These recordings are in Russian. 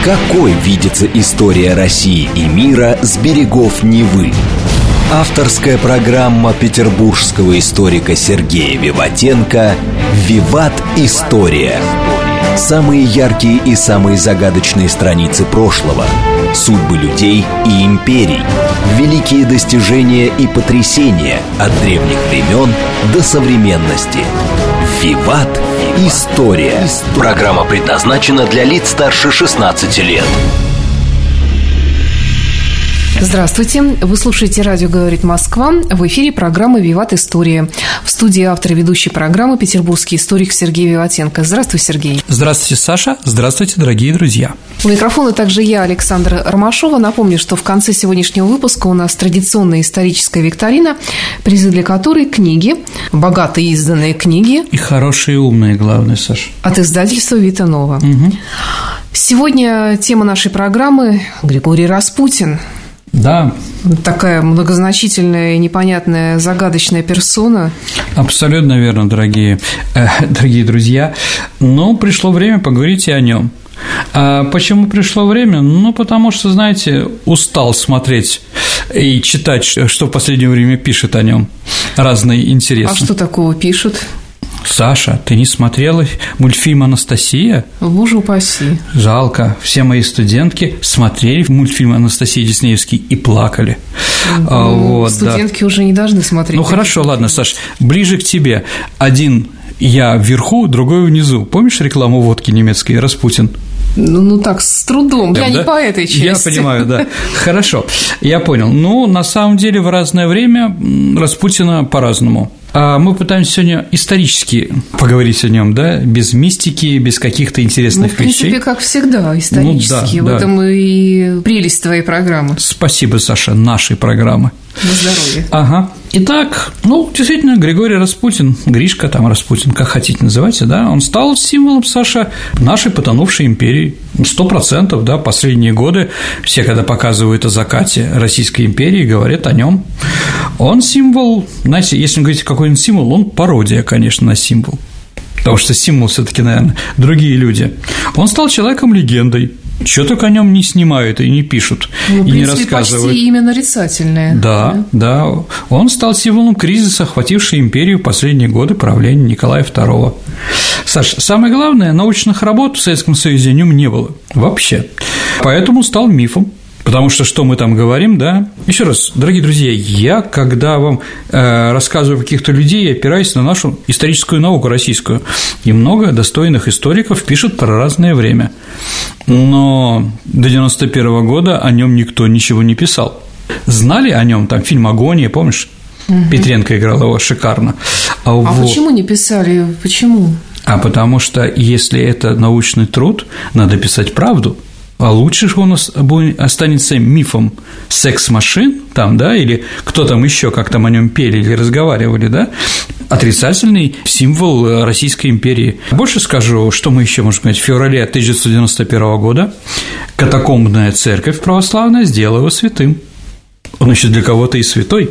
Какой видится история России и мира с берегов Невы? Авторская программа петербургского историка Сергея Виватенко «Виват. История». Самые яркие и самые загадочные страницы прошлого, судьбы людей и империй, великие достижения и потрясения от древних времен до современности. «Виват. История». Программа предназначена для лиц старше 16 лет. Здравствуйте, вы слушаете «Радио говорит Москва». В эфире программа «Виват. История». В студии автор и ведущей программы петербургский историк Сергей Виватенко. Здравствуй, Сергей. Здравствуйте, Саша. Здравствуйте, дорогие друзья. У микрофона также я, Александра Ромашова. Напомню, что в конце сегодняшнего выпуска у нас традиционная историческая викторина, призы для которой книги, богато изданные книги. И хорошие и умные, главное, Саша. От издательства «Вита Нова». Угу. Сегодня тема нашей программы – Григорий Распутин. Да. Такая многозначительная, непонятная, загадочная персона. Абсолютно верно, дорогие друзья. Но пришло время поговорить и о нем. А почему пришло время? Ну, потому что, знаете, устал смотреть и читать, что в последнее время пишет о нем разные интересные. А что такого пишут? Саша, ты не смотрела мультфильм «Анастасия»? Боже упаси. Жалко. Все мои студентки смотрели мультфильм «Анастасия» Диснеевский и плакали. Вот, студентки уже не должны смотреть. Ну, хорошо, ладно, Саш, ближе к тебе. Один я вверху, другой внизу. Помнишь рекламу водки немецкой «Распутин»? Ну так, с трудом. Я не по этой части. Я понимаю, да. Хорошо, я понял. Ну, на самом деле, в разное время Распутина по-разному. Мы пытаемся сегодня исторически поговорить о нем, да, без мистики, без каких-то интересных вещей. В принципе, как всегда, исторически. В этом и прелесть твоей программы. Спасибо, Саша, нашей программы. На здоровье. Ага. Итак, действительно, Григорий Распутин, Гришка, там Распутин, как хотите называйте, да, он стал символом, Саша, нашей потонувшей империи. 100%, да, последние годы все, когда показывают о закате Российской империи, говорят о нем. Он символ, знаете, если говорить, какой он символ, он пародия, конечно, на символ. Потому что символ все-таки, наверное, другие люди. Он стал человеком-легендой. Чего только о нем не снимают и не пишут, и не рассказывают. Почти имя нарицательное. Да. Он стал символом кризиса, охватившей империю в последние годы правления Николая II. Саш, самое главное, научных работ в Советском Союзе о нем не было вообще. Поэтому стал мифом. Потому что мы там говорим, да? Еще раз, дорогие друзья, я, когда вам рассказываю каких-то людей, я опираюсь на нашу историческую науку российскую, и много достойных историков пишут про разное время. Но до 91 года о нем никто ничего не писал. Знали о нем там фильм «Агония», помнишь? Угу. Петренко играл его шикарно. Почему не писали? Почему? Потому что если это научный труд, надо писать правду. А лучше же он останется мифом секс-машин, там, да, или кто там еще, как там о нем пели или разговаривали, да, отрицательный символ Российской империи. Больше скажу, что мы еще можем сказать. В феврале 1991 года катакомбная церковь православная сделала его святым. Он еще для кого-то и святой.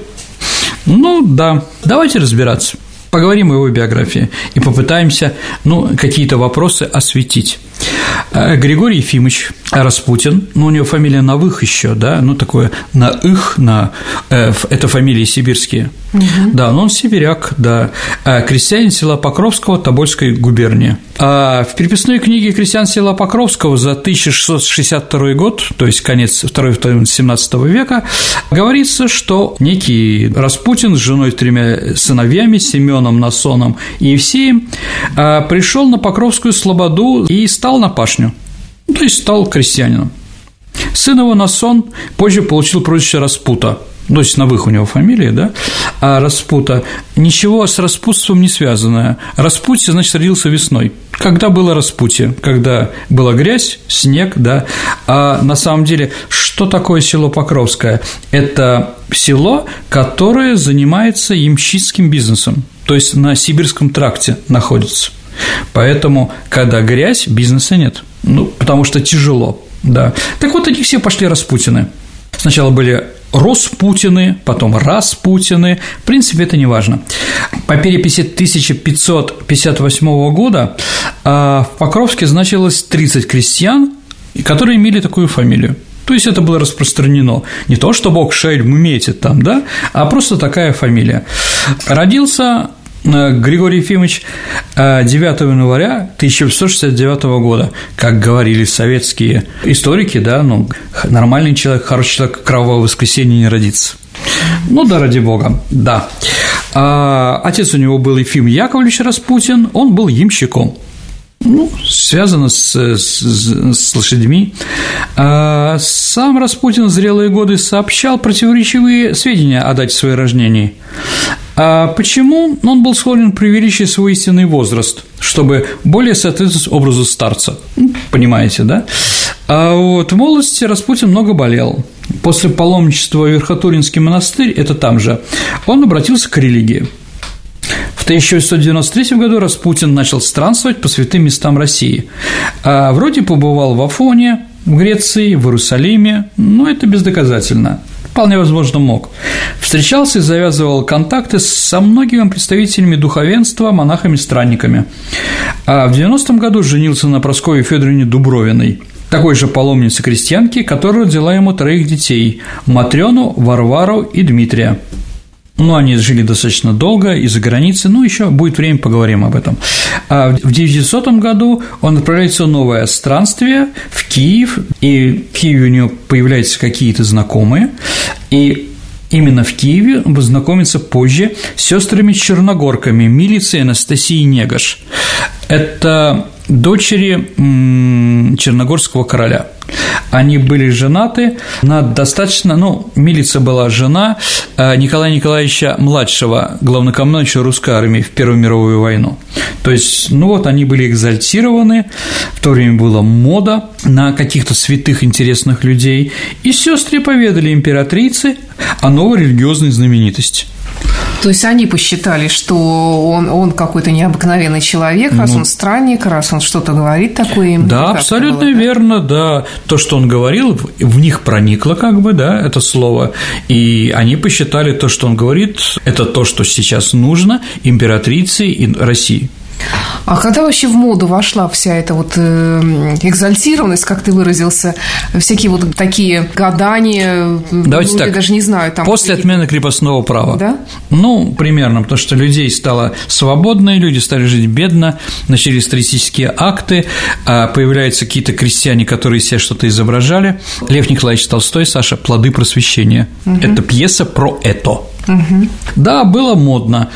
Да, давайте разбираться. Поговорим о его биографии и попытаемся, какие-то вопросы осветить. Григорий Ефимович Распутин, у него фамилия на «вых» еще, да, такое на «их», это фамилии сибирские. Угу. Да, но он сибиряк, да, крестьянин села Покровского Тобольской губернии. В переписной книге крестьян села Покровского за 1662 год, то есть конец второй половины XVII века, говорится, что некий Распутин с женой, 3 сыновьями, Семеном, Насоном и Евсеем, пришел на Покровскую слободу и стал на пашню, то есть стал крестьянином. Сын его Насон позже получил прозвище Распута, то есть на «вых» у него фамилия, да, а Распута ничего с распутством не связанное. Распутье, значит, родился весной. Когда было распутье? Когда была грязь, снег, да. А на самом деле, что такое село Покровское? Это село, которое занимается ямщицким бизнесом, то есть на Сибирском тракте находится. Поэтому, когда грязь, бизнеса нет. Потому что тяжело, да. Так вот, они все пошли Распутины. Сначала были Роспутины, потом Распутины. В принципе, это не важно. По переписи 1558 года в Покровске значилось 30 крестьян, которые имели такую фамилию. То есть это было распространено. Не то, что Бог шельм метит там, да, а просто такая фамилия. Родился Григорий Ефимович 9 января 1869 года, как говорили советские историки, да, ну, нормальный человек, хороший человек кровавого воскресенья не родится. Ну да, ради бога, да. Отец у него был Ефим Яковлевич Распутин, он был ямщиком. Ну, связано с лошадьми. Сам Распутин в зрелые годы сообщал противоречивые сведения о дате своего рождения. Почему? Он был склонен преувеличить свой истинный возраст, чтобы более соответствовать образу старца. Понимаете, да? В молодости Распутин много болел. После паломничества в Верхотуринский монастырь, это там же, он обратился к религии. В 1893 году Распутин начал странствовать по святым местам России. Вроде побывал в Афоне, в Греции, в Иерусалиме, но это бездоказательно. Вполне возможно, мог. Встречался и завязывал контакты со многими представителями духовенства, монахами-странниками. В 90-м году женился на Прасковье Фёдоровне Дубровиной, такой же паломнице-крестьянке, которая родила ему 3 детей – Матрёну, Варвару и Дмитрия. Ну, они жили достаточно долго и за границей, ну, еще будет время, поговорим об этом. В 900 году он отправляется в новое странствие в Киев, и в Киеве у него появляются какие-то знакомые, и именно в Киеве он познакомится позже с сестрами-черногорками Милицей и Анастасией Негаш. Это дочери черногорского короля. Они были женаты на достаточно, Милица была жена Николая Николаевича младшего, главнокомандующего русской армии в Первую мировую войну. То есть, они были экзальтированы, в то время была мода на каких-то святых интересных людей, и сестры поведали императрице о новой религиозной знаменитости. То есть они посчитали, что он какой-то необыкновенный человек, раз он странник, раз он что-то говорит такое им. Да, абсолютно верно, да. То, что он говорил, в них проникло это слово, и они посчитали то, что он говорит, это то, что сейчас нужно императрице и России. А когда вообще в моду вошла вся эта экзальтированность, как ты выразился, всякие такие гадания, давайте так, я даже не знаю, там после отмены крепостного права. Да? Примерно, потому что людей стало свободно, люди стали жить бедно, начались террористические акты, появляются какие-то крестьяне, которые из себя что-то изображали. Лев Николаевич Толстой, Саша, «Плоды просвещения». Это пьеса про это. Да, было модно,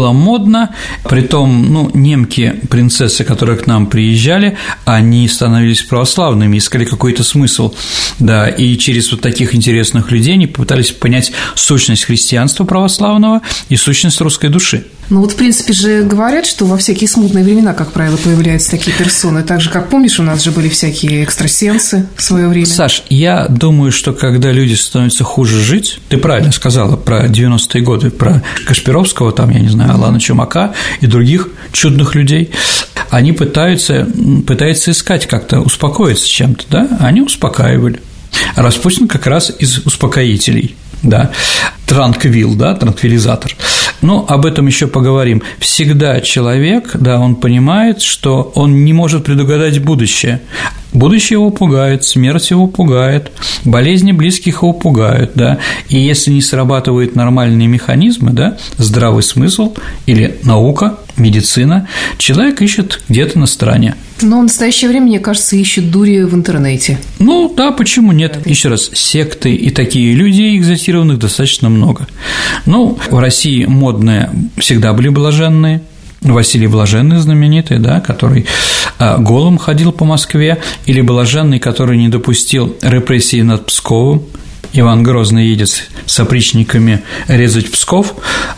притом, немки, принцессы, которые к нам приезжали, они становились православными, искали какой-то смысл, да, и через таких интересных людей они попытались понять сущность христианства православного и сущность русской души. В принципе же говорят, что во всякие смутные времена, как правило, появляются такие персоны. Так же, как помнишь, у нас же были всякие экстрасенсы в свое время. Саш, я думаю, что когда люди становятся хуже жить, ты правильно сказала про 90-е годы, про Кашпировского, я не знаю, Алана Чумака и других чудных людей, они пытаются искать как-то, успокоиться чем-то, да, они успокаивали. А Распутин как раз из успокоителей, да, транквил, да, транквилизатор. Об этом еще поговорим. Всегда человек, да, он понимает, что он не может предугадать будущее. Будущее его пугает, смерть его пугает, болезни близких его пугают, да, и если не срабатывают нормальные механизмы, да, здравый смысл или наука, медицина, человек ищет где-то на стороне. Но в настоящее время, мне кажется, ищут дури в интернете. Да, почему нет? Еще раз, секты и такие люди экзальтированных достаточно много. В России модные всегда были блаженные. Василий Блаженный знаменитый, да, который голым ходил по Москве, или Блаженный, который не допустил репрессий над Псковом. Иван Грозный едет с опричниками резать Псков,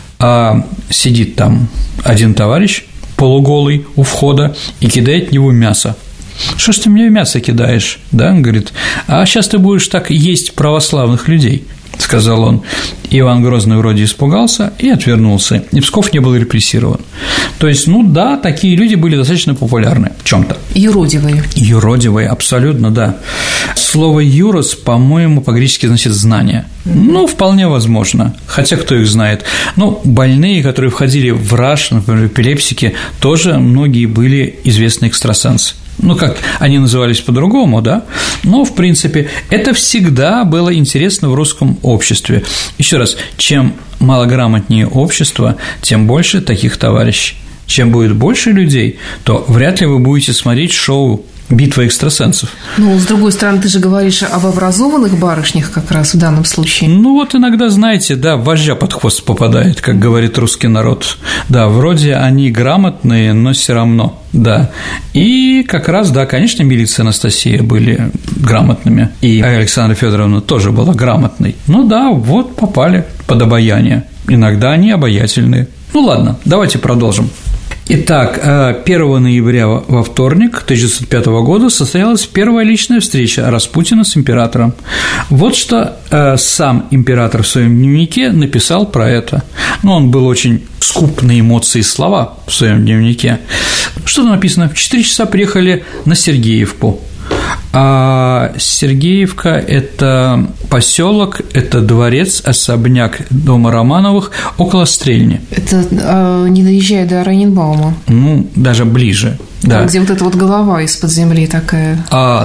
а сидит там один товарищ полуголый у входа и кидает в него мясо. «Что ж ты мне мясо кидаешь?» Да, он говорит, «А сейчас ты будешь так есть православных людей», – сказал он. Иван Грозный вроде испугался и отвернулся, и Псков не был репрессирован. То есть, да, такие люди были достаточно популярны в чем-то. Юродивые. Юродивые, абсолютно, да. Слово «юрос», по-моему, по-гречески значит «знание». Вполне возможно, хотя кто их знает. Больные, которые входили в раж, например, эпилепсики, тоже многие были известные экстрасенсы. Ну, как они назывались по-другому, да, но, в принципе, это всегда было интересно в русском обществе. Еще раз, чем малограмотнее общество, тем больше таких товарищей. Чем будет больше людей, то вряд ли вы будете смотреть шоу «Битва экстрасенсов». Ну, с другой стороны, ты же говоришь об образованных барышнях как раз в данном случае. Ну, вот иногда, знаете, да, вожжа под хвост попадает, как говорит русский народ. Да, вроде они грамотные, но все равно, да. И как раз, да, конечно, Милиция и Анастасия были грамотными, и Александра Федоровна тоже была грамотной. Ну да, вот попали под обаяние. Иногда они обаятельные. Ну ладно, давайте продолжим. Итак, 1 ноября во вторник 1905 года состоялась первая личная встреча Распутина с императором. Вот что сам император в своем дневнике написал про это. Ну, он был очень скуп на эмоции и слова в своем дневнике. Что там написано? В 4 часа приехали на Сергеевку. А Сергеевка – это поселок, это дворец, особняк дома Романовых около Стрельни. Это не доезжая до Оренбаума? Ну, даже ближе. Да. Где вот эта вот голова из-под земли такая. Да.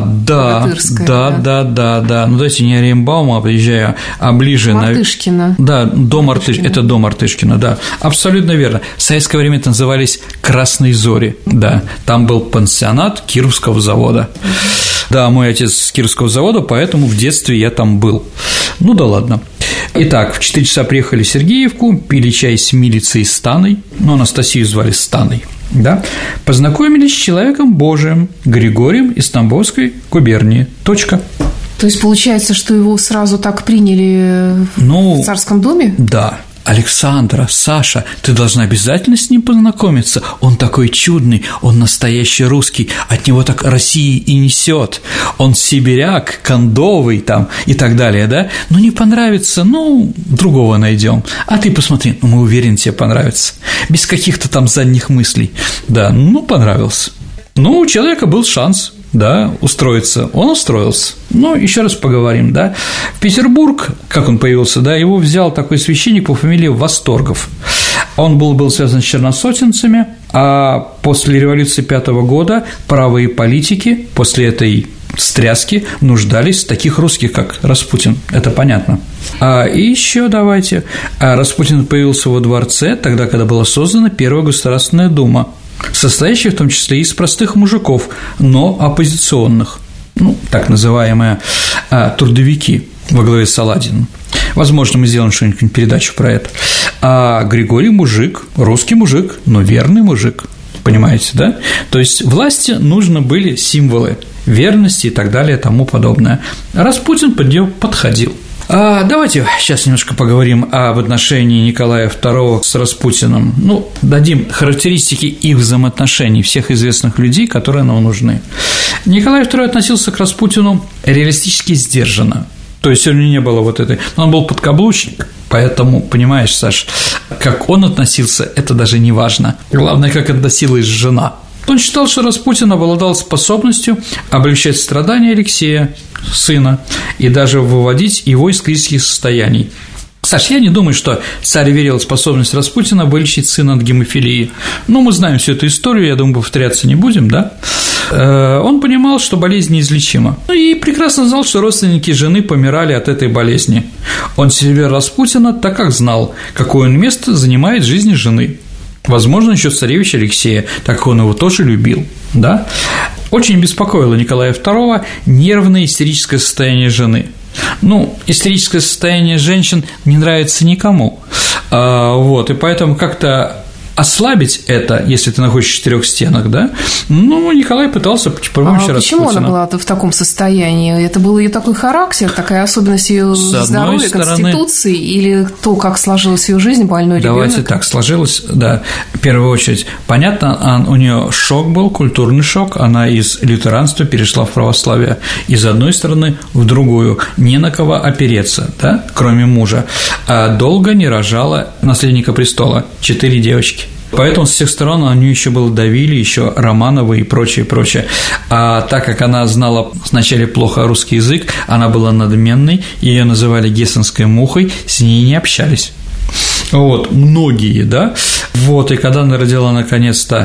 Ну, давайте не Оренбаума, приезжаю, а ближе. Мартышкина. Да, дом Мартышкина. Это дом Мартышкина, да. Абсолютно верно. В советское время это назывались «Красные зори», да. Там был пансионат Кировского завода. Да, мой отец с Кировского завода, поэтому в детстве я там был. Ну да ладно. Итак, в 4 часа приехали в Сергеевку, пили чай с милицией Станой, ну, Анастасию звали Станой, да, познакомились с человеком Божиим, Григорием из Тамбовской губернии. Точка. То есть, получается, что его сразу так приняли в царском доме? Да. Александра, Саша, ты должна обязательно с ним познакомиться. Он такой чудный, он настоящий русский, от него так России и несет. Он сибиряк, кондовый там и так далее, да? Ну, не понравится, ну, другого найдем. А ты посмотри, мы уверены, тебе понравится. Без каких-то там задних мыслей. Да, ну, понравился. Ну, у человека был шанс, да, устроиться, он устроился. Ну, еще раз поговорим, да. В Петербург, как он появился, да, его взял такой священник по фамилии Восторгов. Он был связан с черносотенцами, а после революции 5 года правые политики после этой встряски нуждались в таких русских, как Распутин, это понятно. И еще давайте, Распутин появился во дворце тогда, когда была создана Первая Государственная Дума, состоящая в том числе из простых мужиков, но оппозиционных, ну, так называемые трудовики во главе с Саладиным. Возможно, мы сделаем что-нибудь, передачу про это. А Григорий мужик, русский мужик, но верный мужик, понимаете, да? То есть власти нужны были символы верности и так далее, и тому подобное. Распутин под него подходил. Давайте сейчас немножко поговорим об отношении Николая II с Распутиным. Ну, дадим характеристики их взаимоотношений, всех известных людей, которые нам нужны. Николай II относился к Распутину реалистически сдержанно. То есть у него не было вот этой… Он был подкаблучник, поэтому, понимаешь, Саш, как он относился, это даже не важно. Главное, как относилась жена. Он считал, что Распутин обладал способностью облегчать страдания Алексея, сына, и даже выводить его из критических состояний. Саш, я не думаю, что царь верил в способность Распутина вылечить сына от гемофилии. Ну, мы знаем всю эту историю, я думаю, повторяться не будем, да? Он понимал, что болезнь неизлечима, ну и прекрасно знал, что родственники жены помирали от этой болезни. Он себе Распутина так как знал, какое он место занимает в жизни жены. Возможно, еще царевича Алексея, так как он его тоже любил, да? Очень беспокоило Николая II нервное истерическое состояние жены. Ну, истерическое состояние женщин не нравится никому, вот, и поэтому как-то ослабить это, если ты находишься в 4 стенах, да, ну, Николай пытался при помощи Распутина. Почему она была в таком состоянии? Это был ее такой характер, такая особенность ее здоровья, конституции, или то, как сложилась ее жизнь, больной ребенок? Давайте так, сложилось, да, в первую очередь. Понятно, у нее шок был, культурный шок, она из лютеранства перешла в православие, из одной стороны в другую, не на кого опереться, да, кроме мужа, а долго не рожала наследника престола, 4 девочки. Поэтому с всех сторон на нее еще было давили, еще Романовы и прочее, прочее. А так как она знала вначале плохо русский язык, она была надменной, ее называли гессенской мухой, с ней не общались. Вот, многие, да. Вот, и когда она родила наконец-то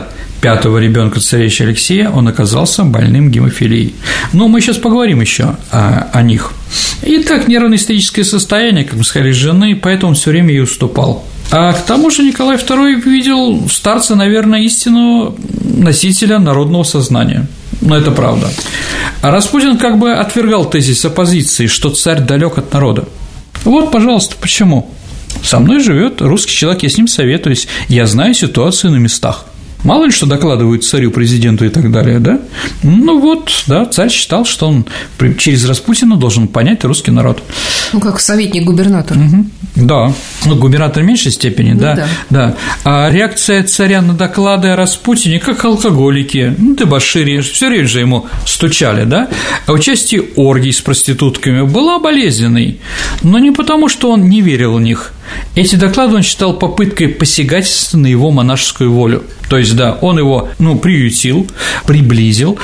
5-го ребенка царевича Алексея, он оказался больным гемофилией. Но мы сейчас поговорим еще о них. Итак, нервно-истерическое состояние, как мы сказали, жены, поэтому он все время ей уступал. А к тому же Николай II видел в старце, наверное, истинного носителя народного сознания. Но это правда. А Распутин как бы отвергал тезис оппозиции, что царь далек от народа. Вот, пожалуйста, почему? Со мной живет русский человек, я с ним советуюсь, я знаю ситуацию на местах. Мало ли что докладывают царю, президенту и так далее, да? Ну вот, да, царь считал, что он через Распутина должен понять русский народ. Ну, как советник губернатора. Угу. Да, ну, губернатор в меньшей степени, да. А реакция царя на доклады о Распутине, как алкоголики, дебошири, все время же ему стучали, да? А участие оргий с проститутками была болезненной, но не потому, что он не верил в них. Эти доклады он считал попыткой посягательства на его монашескую волю. То есть, да, он его, приютил, приблизил,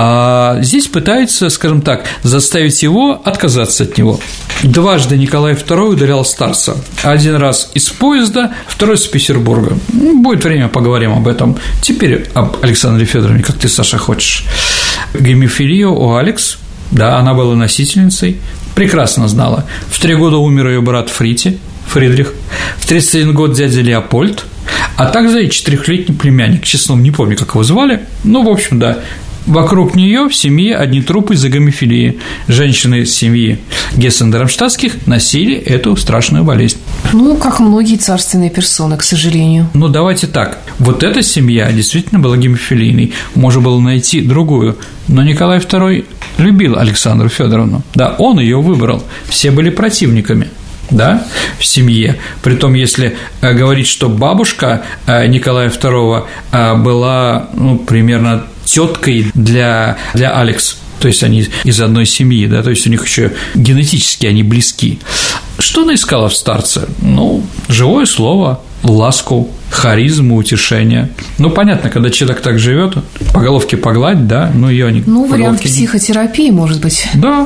а здесь пытается, скажем так, заставить его отказаться от него. Дважды Николай II удалял старца. Один раз из поезда, второй из Петербурга. Будет время, поговорим об этом. Теперь об Александре Фёдоровне, как ты, Саша, хочешь. Гемофилию у Алекс, да, она была носительницей, прекрасно знала. В 3 года умер ее брат Фридрих, в 31 год дядя Леопольд, а также и 4-летний племянник, честно, не помню, как его звали, в общем, да. Вокруг нее в семье одни трупы из-за гемофилии. Женщины из семьи Гессен-Дармштадтских носили эту страшную болезнь. Как многие царственные персоны, к сожалению. Давайте так. Вот эта семья действительно была гемофилийной. Можно было найти другую. Но Николай II любил Александру Фёдоровну. Да, он ее выбрал. Все были противниками. Да, в семье. Притом, если говорить, что бабушка Николая II была, примерно теткой для Алекс, то есть они из одной семьи, да, то есть у них еще генетически они близки. Что она искала в старце? Живое слово, ласку, харизму, утешение. Понятно, когда человек так живет, по головке погладь, да, ее не. Вариант психотерапии, может быть. Да.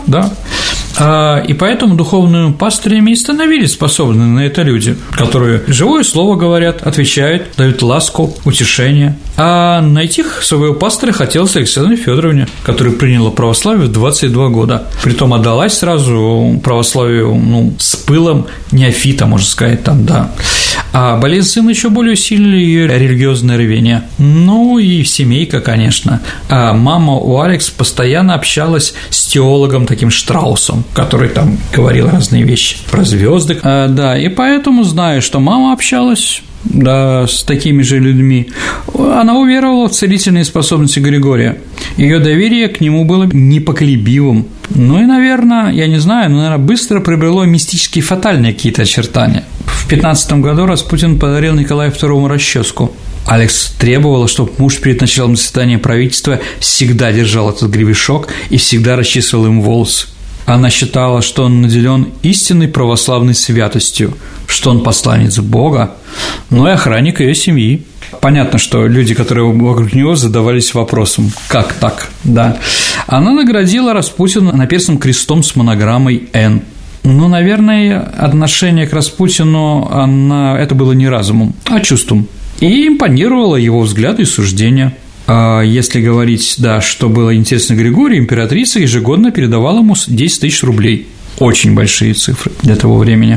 И поэтому духовными пастырями и становились способны на это люди, которые живое слово говорят, отвечают, дают ласку, утешение. А найти своего пастыря хотелось Александре Фёдоровне, которая приняла православие в 22 года. Притом отдалась сразу православию, с пылом неофита, можно сказать, да. А болезнь сына еще более усилили ее религиозное рвение. И семейка, конечно. А мама у Алекс постоянно общалась с теологом таким Штраусом, который там говорил разные вещи про звезды. И поэтому, зная, что мама общалась, да, с такими же людьми, она уверовала в целительные способности Григория. Ее доверие к нему было непоколебимым. Наверное, я не знаю, быстро приобрело мистические фатальные какие-то очертания. В 15 году Распутин подарил Николаю II расческу. Алекс требовала, чтобы муж перед началом заседания правительства всегда держал этот гребешок и всегда расчесывал им волосы. Она считала, что он наделен истинной православной святостью, что он посланец Бога, и охранник ее семьи. Понятно, что люди, которые вокруг него, задавались вопросом, как так, да. Она наградила Распутина наперстным крестом с монограммой «Н». Наверное, отношение к Распутину, это было не разумом, а чувством. И импонировало его взгляды и суждения. Если говорить, да, что было интересно Григорию, императрица ежегодно передавала ему 10 тысяч рублей. Очень большие цифры для того времени.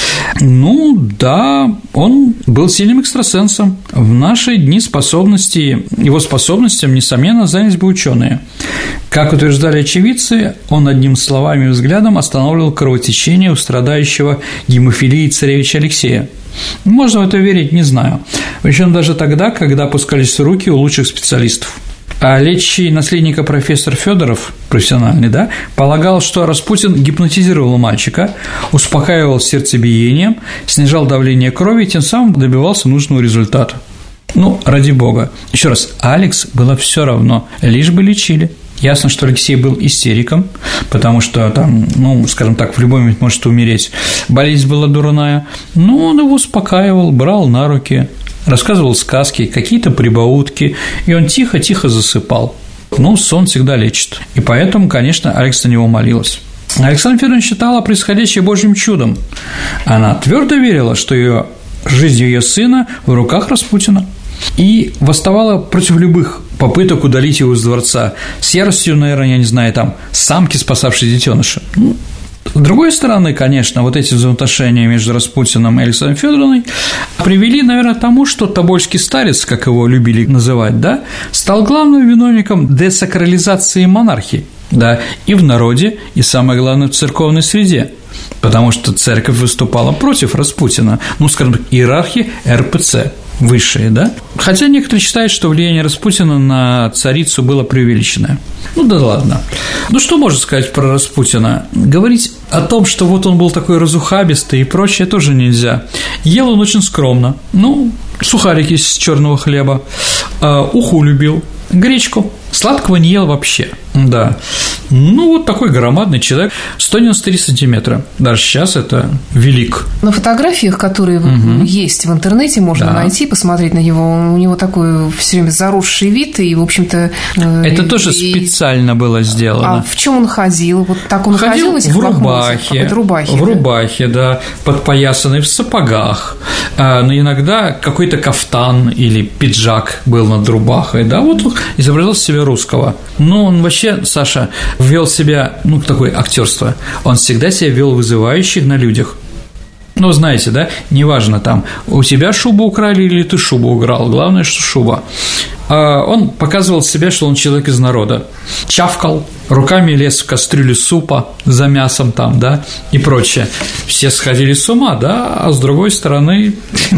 Да, он был сильным экстрасенсом. В наши дни его способностям, несомненно, занялись бы ученые. Как утверждали очевидцы, он одним словами и взглядом останавливал кровотечение у страдающего гемофилией царевича Алексея. Можно в это верить, не знаю. Причем даже тогда, когда опускались руки у лучших специалистов. А лечащий наследника профессор Фёдоров, профессиональный, да, полагал, что Распутин гипнотизировал мальчика, успокаивал сердцебиение, снижал давление крови и тем самым добивался нужного результата. Ради бога. Еще раз, Алекс было все равно, лишь бы лечили. Ясно, что Алексей был истериком, потому что там, скажем так, в любой момент может умереть. Болезнь была дурная, но он его успокаивал, брал на руки, рассказывал сказки, какие-то прибаутки, и он тихо-тихо засыпал. Сон всегда лечит. И поэтому, конечно, Алекс на него молилась. Александра Фёдоровна считала происходящее Божьим чудом. Она твердо верила, что жизнь ее сына в руках Распутина. и восставала против любых попыток удалить его из дворца. С яростью, наверное, я не знаю, там, самки, спасавшей детеныша. С другой стороны, конечно, вот эти взаимоотношения между Распутиным и Александрой Фёдоровной привели, наверное, к тому, что тобольский старец, как его любили называть, да, стал главным виновником десакрализации монархии, да, и в народе, и, самое главное, в церковной среде, потому что церковь выступала против Распутина, ну, скажем так, иерархи РПЦ высшие, да? Хотя некоторые считают, что влияние Распутина на царицу было преувеличенное. Ну да ладно. Ну что можно сказать про Распутина? Говорить о том, что вот он был такой разухабистый и прочее, тоже нельзя. Ел он очень скромно. Ну, сухарики из черного хлеба, уху любил, гречку, сладкого не ел вообще, да. Ну, вот такой громадный человек, 193 сантиметра, даже сейчас это велик. На фотографиях, которые есть в интернете, можно найти, посмотреть на него, у него такой все время заросший вид, и, в общем-то… Это тоже специально было сделано. А в чем он ходил? Вот так он ходил в этих рубахе, в рубахе, да, подпоясанный, в сапогах, но иногда какой-то кафтан или пиджак был над рубахой, да, вот он изображал себя русского. Но он вообще, Саша, вел себя, ну, такое актерство, он всегда себя вел вызывающе на людях. Ну, знаете, да, неважно там, у тебя шубу украли или ты шубу украл, главное, что шуба. Он показывал себя, что он человек из народа, чавкал, руками лез в кастрюлю супа за мясом там, да, и прочее. Все сходили с ума, да, а с другой стороны,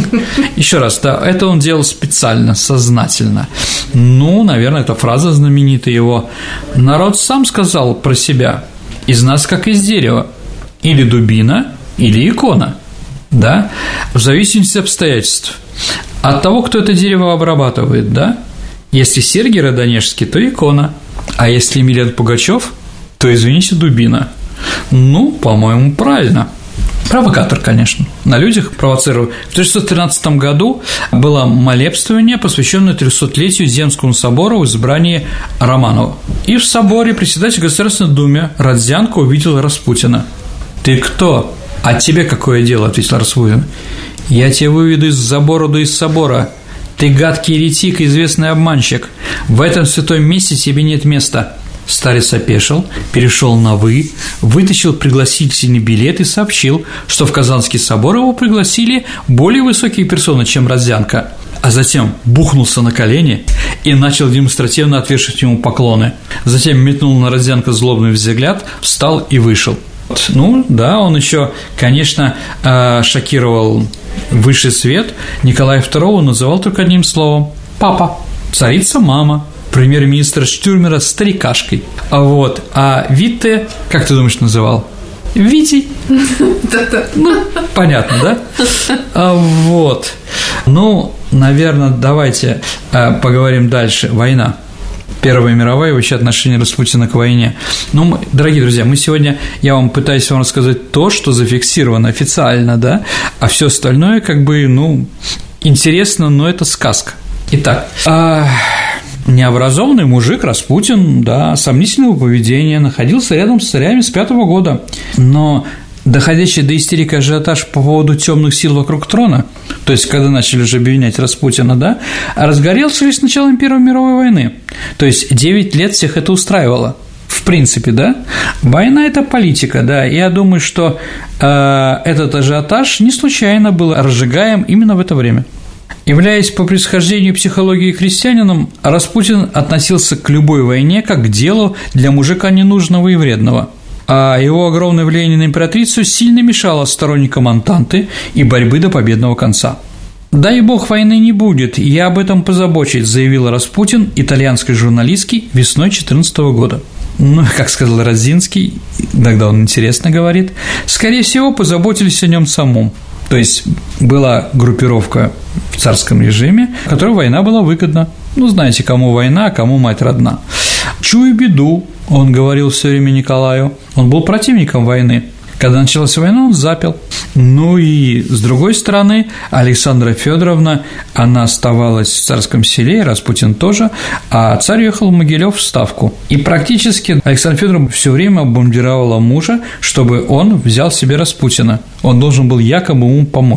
еще раз, да, это он делал специально, сознательно. Ну, наверное, эта фраза знаменитая его. Народ сам сказал про себя: из нас как из дерева, или дубина, или икона, да, в зависимости от обстоятельств. От того, кто это дерево обрабатывает, да. Если Сергий Радонежский, то икона, а если Милет Пугачёв, то, извините, дубина. Ну, по-моему, правильно. Провокатор, конечно, на людях провоцировал. В 1913 году было молебствование, посвященное 300-летию Земскому собору в избрании Романова. И в соборе председатель Государственной Думы Родзянко увидел Распутина. «Ты кто? А тебе какое дело?» – ответил Распутин. «Я тебя выведу из-за бороду из собора. Ты гадкий еретик, известный обманщик. В этом святом месте тебе нет места». Старец опешил, перешел на «вы», вытащил пригласительный билет и сообщил, что в Казанский собор его пригласили более высокие персоны, чем Родзянко, а затем бухнулся на колени и начал демонстративно отвешивать ему поклоны. Затем метнул на Родзянко злобный взгляд, встал и вышел. Ну, да, он еще, конечно, шокировал высший свет. Николая II называл только одним словом – папа, царица – мама, премьер-министр Штюрмера – старикашкой. А Витте, как ты думаешь, называл? Витей. Ну, понятно, да? Ну, наверное, давайте поговорим дальше. Война. Первая мировая, вообще отношение Распутина к войне. Ну, дорогие друзья, я вам пытаюсь рассказать то, что зафиксировано официально, да, а все остальное, как бы, ну, интересно, но это сказка. Итак, необразованный мужик Распутин, да, сомнительного поведения, находился рядом с царями с 5-го года, но доходящий до истерики ажиотаж по поводу темных сил вокруг трона, то есть когда начали уже обвинять Распутина, да, разгорелся лишь с началом Первой мировой войны, то есть 9 лет всех это устраивало, в принципе, да, война – это политика, да, и я думаю, что этот ажиотаж не случайно был разжигаем именно в это время. Являясь по происхождению психологии христианином, Распутин относился к любой войне как к делу для мужика ненужного и вредного, а его огромное влияние на императрицу сильно мешало сторонникам Антанты и борьбы до победного конца. «Дай бог, войны не будет, я об этом позабочусь», заявил Распутин итальянской журналистке весной 2014 года. Ну, как сказал Родзинский, иногда он интересно говорит, скорее всего, позаботились о нем самом. То есть была группировка в царском режиме, которой война была выгодна. Ну, знаете, кому война, а кому мать родна. «Чую беду», он говорил все время Николаю. Он был противником войны. Когда началась война, он запил. Ну и, с другой стороны, Александра Фёдоровна, она оставалась в Царском Селе, Распутин тоже, а царь ехал в Могилёв в Ставку. И практически Александра Фёдоровна все время бомбардировала мужа, чтобы он взял себе Распутина. Он должен был якобы ему помочь.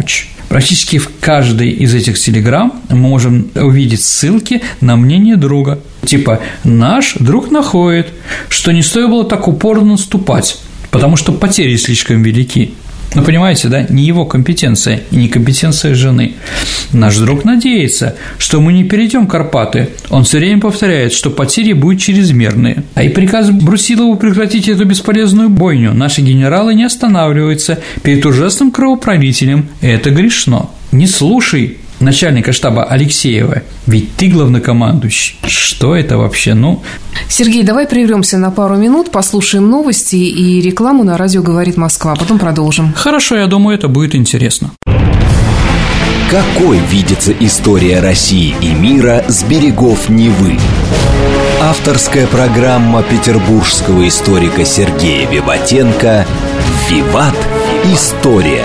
Практически в каждой из этих телеграмм мы можем увидеть ссылки на мнение друга. Типа «наш друг находит, что не стоило было так упорно наступать, потому что потери слишком велики». Ну, понимаете, да, не его компетенция и не компетенция жены. Наш друг надеется, что мы не перейдем Карпаты. Он все время повторяет, что потери будут чрезмерные. А и приказ Брусилову прекратить эту бесполезную бойню. Наши генералы не останавливаются перед ужасным кровопролитием. Это грешно. Не слушай начальника штаба Алексеева, ведь ты главнокомандующий. Что это вообще? Сергей, давай прервемся на пару минут, послушаем новости и рекламу на радио «Говорит Москва», потом продолжим. Хорошо, я думаю, это будет интересно. Какой видится история России и мира с берегов Невы? Авторская программа петербургского историка Сергея Виватенко «Виват. История».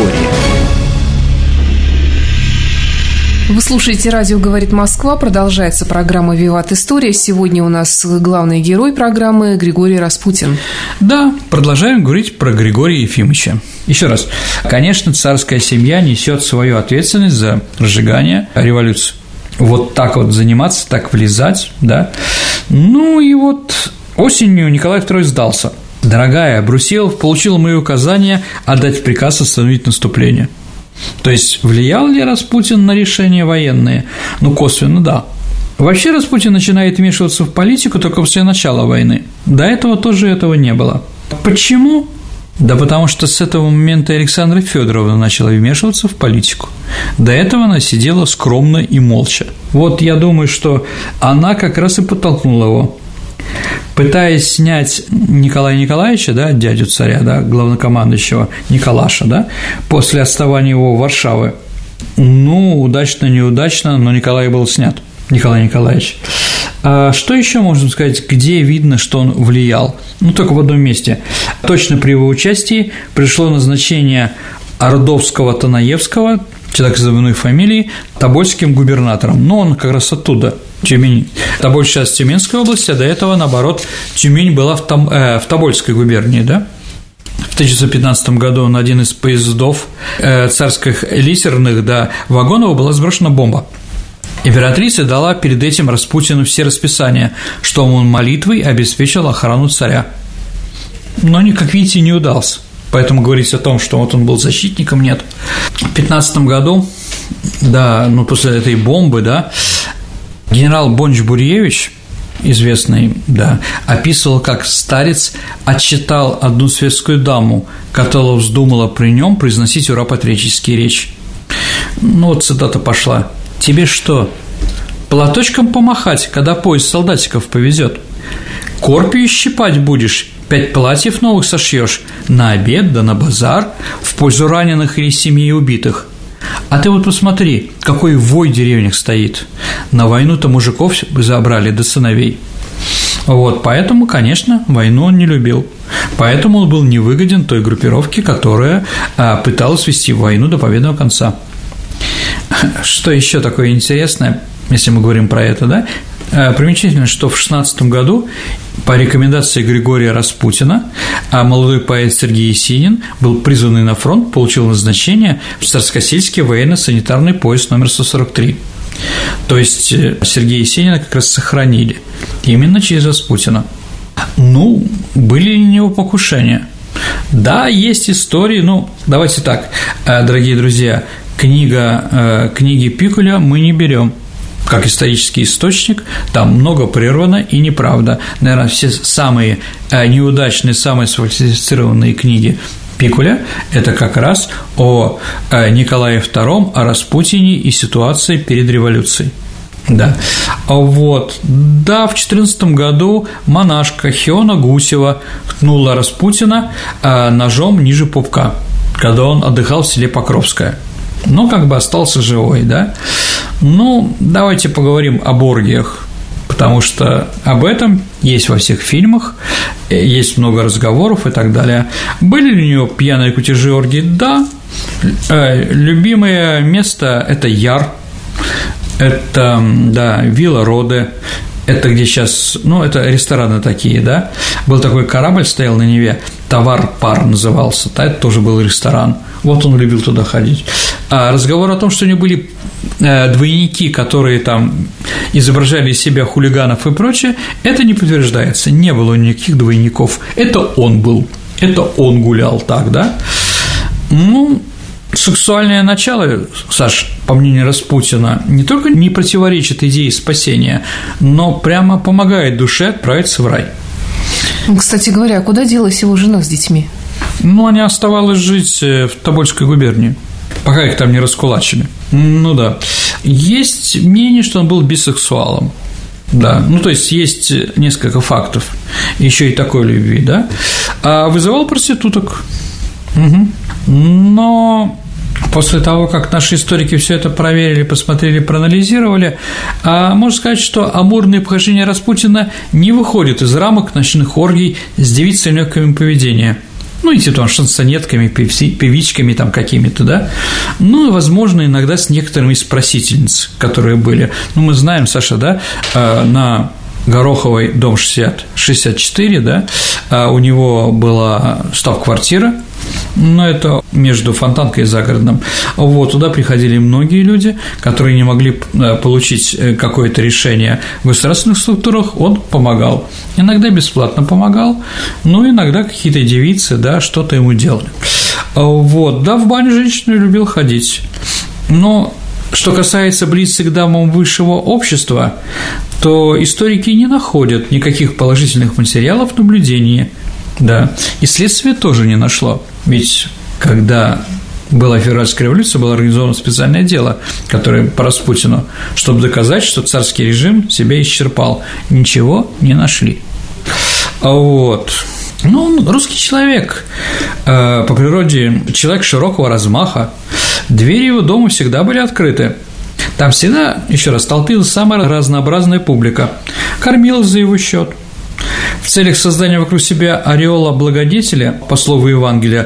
Вы слушаете радио «Говорит Москва», продолжается программа «Виват. История». Сегодня у нас главный герой программы Григорий Распутин. Да, продолжаем говорить про Григория Ефимовича. Еще раз, конечно, царская семья несет свою ответственность за разжигание революции. Вот так вот заниматься, так влезать, да. И вот осенью Николай II сдался. Дорогая, Брусилов получил мои указания отдать приказ остановить наступление. То есть, влиял ли Распутин на решения военные? Косвенно, да. Вообще Распутин начинает вмешиваться в политику только после начала войны. До этого тоже этого не было. Почему? Да потому что с этого момента Александра Фёдоровна начала вмешиваться в политику. До этого она сидела скромно и молча. Вот я думаю, что она как раз и подтолкнула его. Пытаясь снять Николая Николаевича, да, дядю царя, да, главнокомандующего Николаша, да, после отставания его в Варшавы, удачно, неудачно, но Николай был снят, Николай Николаевич. А что еще можно сказать, где видно, что он влиял? Только в одном месте. Точно при его участии пришло назначение Ордовского-Танаевского, человек с двойной фамилией, тобольским губернатором. Он как раз оттуда, Тюмень. Тоболь сейчас Тюменская область, а до этого, наоборот, Тюмень была в Тобольской губернии, да? В 1915 году на один из поездов царских литерных до Вагонова была сброшена бомба. Императрица дала перед этим Распутину все расписания, что он молитвой обеспечил охрану царя. Но, как видите, не удался. Поэтому говорить о том, что вот он был защитником, нет. В 15 году, да, после этой бомбы, да, генерал Бонч-Буревич, известный, да, описывал, как старец отчитал одну светскую даму, которая вздумала при нем произносить ура-патриотические речи. Цитата пошла: «Тебе что, платочком помахать, когда поезд солдатиков повезет? Корпию щипать будешь, 5 платьев новых сошьешь, на обед да на базар, в пользу раненых или семьи убитых. А ты вот посмотри, какой вой в деревнях стоит. На войну-то мужиков забрали до сыновей». Поэтому, конечно, войну он не любил. Поэтому он был невыгоден той группировке, которая пыталась вести войну до победного конца. Что еще такое интересное, если мы говорим про это, да? Примечательно, что в 16 году по рекомендации Григория Распутина молодой поэт Сергей Есенин был призванный на фронт, получил назначение в Царскосельский военно-санитарный поезд номер 143. То есть Сергея Есенина как раз сохранили именно через Распутина. Были ли у него покушения? Да, есть истории, давайте так, дорогие друзья, книги Пикуля мы не берем как исторический источник, там много прервано и неправда. Наверное, все самые неудачные, самые сфальсифицированные книги Пикуля – это как раз о Николае II, о Распутине и ситуации перед революцией. Да. Да, в 14 году монашка Хиона Гусева ткнула Распутина ножом ниже пупка, когда он отдыхал в селе Покровское. Остался живой, да? Давайте поговорим об оргиях, потому что об этом есть во всех фильмах, есть много разговоров и так далее. Были ли у него пьяные кутежи, оргии? Да. Любимое место – это Яр, это, да, Вилла Роде, это где сейчас, это рестораны такие, да? Был такой корабль, стоял на Неве, «Товар-пар» назывался, да, это тоже был ресторан. Вот он любил туда ходить. А разговор о том, что у него были двойники, которые там изображали из себя хулиганов и прочее, это не подтверждается. Не было никаких двойников. Это он был. Это он гулял так, да? Ну, сексуальное начало, Саш, по мнению Распутина, не только не противоречит идее спасения, но прямо помогает душе отправиться в рай. Кстати говоря, куда делась его жена с детьми? Ну, она оставалась жить в Тобольской губернии, пока их там не раскулачили. Ну да. Есть мнение, что он был бисексуалом. Да, ну то есть есть несколько фактов еще и такой любви, да, а вызывал проституток. Угу. Но после того, как наши историки все это проверили, посмотрели, проанализировали, можно сказать, что амурные похождения Распутина не выходят из рамок ночных оргий с девицами легкого поведения. Ну, и типа там шансонетками, певичками там какими-то, да, ну, и, возможно, иногда с некоторыми из просительниц, которые были. Ну, мы знаем, Саша, да, на Гороховой, дом 64, да, у него была штаб-квартира, но это между Фонтанкой и Загородным. Вот, туда приходили многие люди, которые не могли получить какое-то решение в государственных структурах, он помогал. Иногда бесплатно помогал, но иногда какие-то девицы, да, что-то ему делали. Вот, да, в баню женщины любил ходить. Но что касается близких к дамам высшего общества, то историки не находят никаких положительных материалов наблюдения, да, и следствие тоже не нашло, ведь когда была февральская революция, было организовано специальное дело, которое по Распутину, чтобы доказать, что царский режим себя исчерпал, ничего не нашли. Вот. Ну, он русский человек, по природе человек широкого размаха, двери его дома всегда были открыты. Там всегда, еще раз, толпилась самая разнообразная публика, кормилась за его счет. В целях создания вокруг себя ореола благодетеля, по слову Евангелия,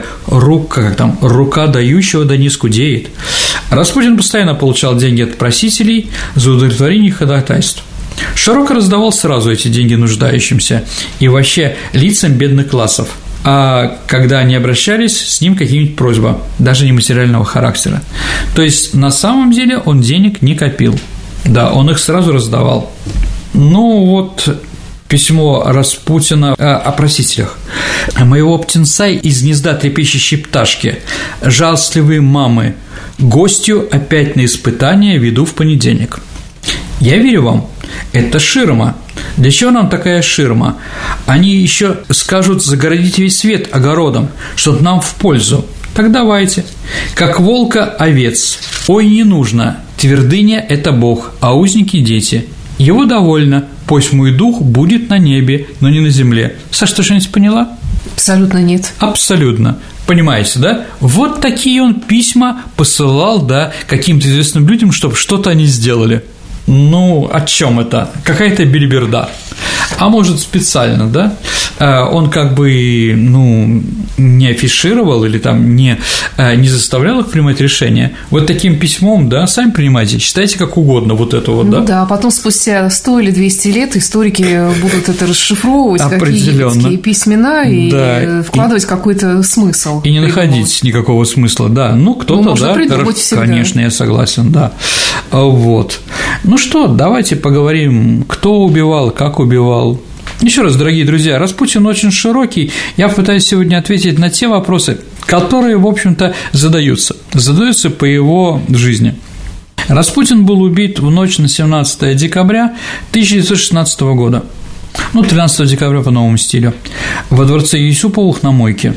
рука дающего да не скудеет, Распутин постоянно получал деньги от просителей за удовлетворение ходатайств. Широко раздавал сразу эти деньги нуждающимся и вообще лицам бедных классов, а когда они обращались, с ним какие-нибудь просьбы, даже не материального характера. То есть, на самом деле, он денег не копил, да, он их сразу раздавал. Ну, вот письмо Распутина о просителях. «Моего птенца из гнезда трепещущей пташки, жалостливые мамы, гостью опять на испытание веду в понедельник. Я верю вам, это ширма. Для чего нам такая ширма? Они еще скажут загородить весь свет огородом, чтоб нам в пользу. Так давайте. Как волка овец. Ой, не нужно. Твердыня – это Бог, а узники – дети. Его довольно. Пусть мой дух будет на небе, но не на земле». Саша, ты что-нибудь поняла? Абсолютно нет. Абсолютно. Понимаете, да? Вот такие он письма посылал, да, каким-то известным людям, чтобы что-то они сделали. Ну, о чем это? Какая-то белиберда. А может, специально, да? Он как бы, ну, не афишировал или там не заставлял их принимать решения. Вот таким письмом, да, сами принимайте, считайте как угодно вот это вот, да? Ну да, потом спустя 100 или 200 лет историки будут это расшифровывать, какие письмена, и да, вкладывать какой-то смысл. И не находить никакого смысла, да. Ну, кто-то, да, конечно, я согласен, да. Вот. Ну что, давайте поговорим, кто убивал, как убивал. Еще раз, дорогие друзья, Распутин очень широкий. Я пытаюсь сегодня ответить на те вопросы, которые, в общем-то, задаются по его жизни. Распутин был убит в ночь на 17 декабря 1916 года, 13 декабря по новому стилю, во дворце Юсуповых на Мойке.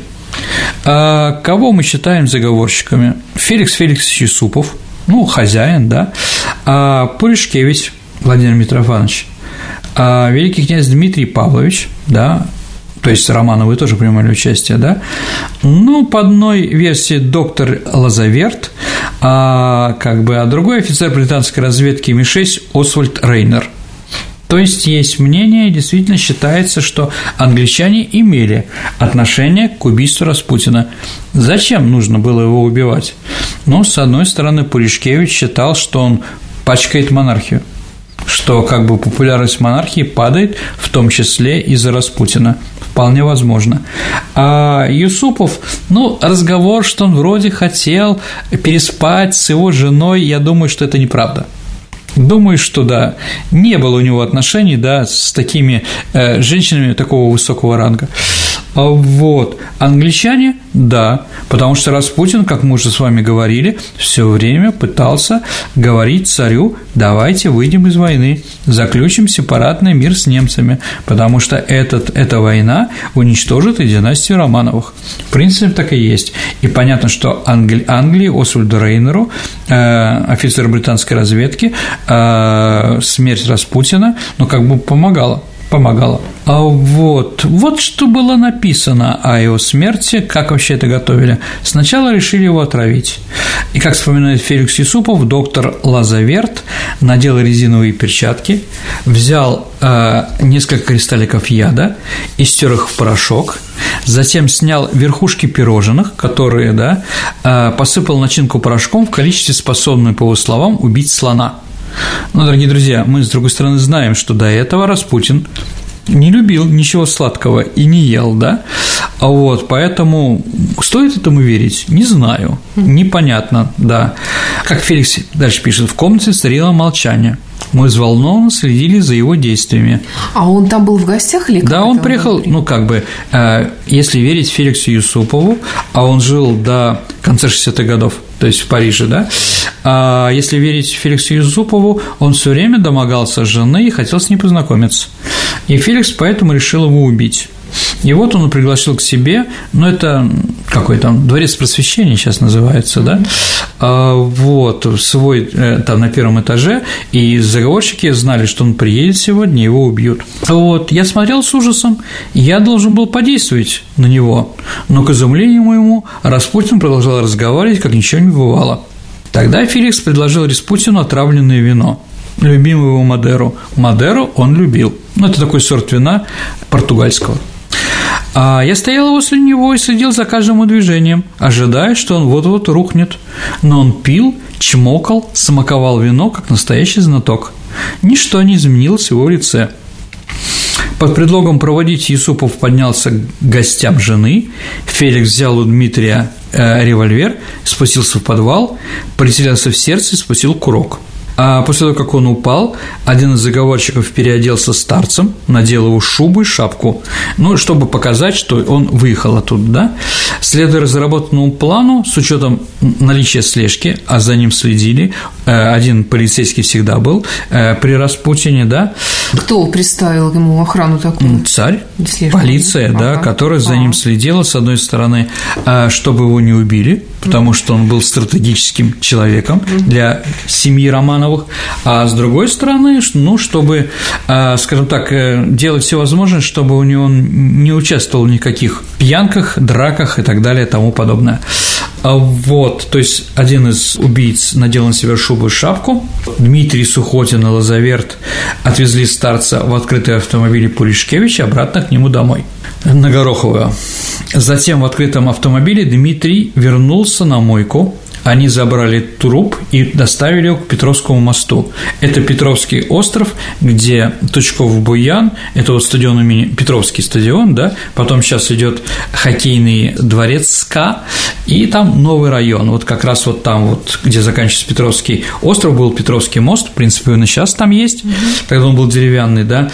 Кого мы считаем заговорщиками? Феликс Феликсович Юсупов, хозяин, да, Пуришкевич Владимир Митрофанович, великий князь Дмитрий Павлович, да, то есть Романовы тоже принимали участие, да, по одной версии доктор Лазаверт, а другой офицер британской разведки МИ-6 Освальд Рейнер. То есть есть мнение, действительно считается, что англичане имели отношение к убийству Распутина. Зачем нужно было его убивать? С одной стороны, Пуришкевич считал, что он пачкает монархию, что как бы популярность монархии падает, в том числе из-за Распутина. Вполне возможно. А Юсупов, разговор, что он вроде хотел переспать с его женой, я думаю, что это неправда. Думаю, что да, не было у него отношений, да, с такими женщинами такого высокого ранга. Вот. Англичане, да, потому что Распутин, как мы уже с вами говорили, все время пытался говорить царю: давайте выйдем из войны, заключим сепаратный мир с немцами, потому что эта война уничтожит и династию Романовых. В принципе, так и есть. И понятно, что Англии, Освальду Рейнеру, офицеру британской разведки, смерть Распутина, помогала. Вот что было написано о его смерти, как вообще это готовили. Сначала решили его отравить. И, как вспоминает Феликс Юсупов, доктор Лазаверт надел резиновые перчатки, взял несколько кристалликов яда и стер их в порошок, затем снял верхушки пирожных, которые, посыпал начинку порошком в количестве, способном, по его словам, убить слона. Дорогие друзья, мы, с другой стороны, знаем, что до этого Распутин не любил ничего сладкого и не ел, да? Поэтому стоит этому верить? Не знаю, непонятно, да. Как Феликс дальше пишет: в комнате царило молчание. Мы взволнованно следили за его действиями. А он там был в гостях или как? Да, он приехал, если верить Феликсу Юсупову, а он жил до конца 60-х годов, то есть в Париже, да, а если верить Феликсу Юсупову, он все время домогался жены и хотел с ней познакомиться. И Феликс поэтому решил его убить. И вот он пригласил к себе, это дворец просвещения сейчас называется, да, свой, там на первом этаже, и заговорщики знали, что он приедет сегодня, его убьют. Я смотрел с ужасом, я должен был подействовать на него, но, к изумлению моему, Распутин продолжал разговаривать, как ничего не бывало. Тогда Феликс предложил Распутину отравленное вино, любимую его Мадеру. Мадеру он любил, это такой сорт вина португальского. А я стоял возле него и следил за каждым его движением, ожидая, что он вот-вот рухнет. Но он пил, чмокал, смаковал вино, как настоящий знаток. Ничто не изменилось в его лице. Под предлогом проводить Юсупов поднялся к гостям жены. Феликс взял у Дмитрия револьвер, спустился в подвал, прицелился в сердце и спустил курок. А после того, как он упал, один из заговорщиков переоделся старцем, надел его шубу и шапку, чтобы показать, что он выехал оттуда, да? Следуя разработанному плану, с учетом наличия слежки, а за ним следили, один полицейский всегда был при Распутине, да? Кто приставил ему охрану такую? Царь, полиция, да, которая за ним следила, с одной стороны, чтобы его не убили, потому что он был стратегическим человеком для семьи Романовых, а с другой стороны, чтобы, скажем так, делать все возможное, чтобы у него не участвовал в никаких пьянках, драках и так далее и тому подобное. То есть один из убийц надел на себя шубу и шапку, Дмитрий, Сухотин и Лазаверт отвезли старца в открытый автомобиль Пуришкевича обратно к нему домой, на Гороховую. Затем в открытом автомобиле Дмитрий вернулся на мойку. Они забрали труп и доставили его к Петровскому мосту. Это Петровский остров, где Тучков-Буян, это стадион имени Петровский стадион, да, потом сейчас идет хоккейный дворец СКА, и там новый район, как раз там, где заканчивается Петровский остров, был Петровский мост, в принципе, он и сейчас там есть, когда он был деревянный, да.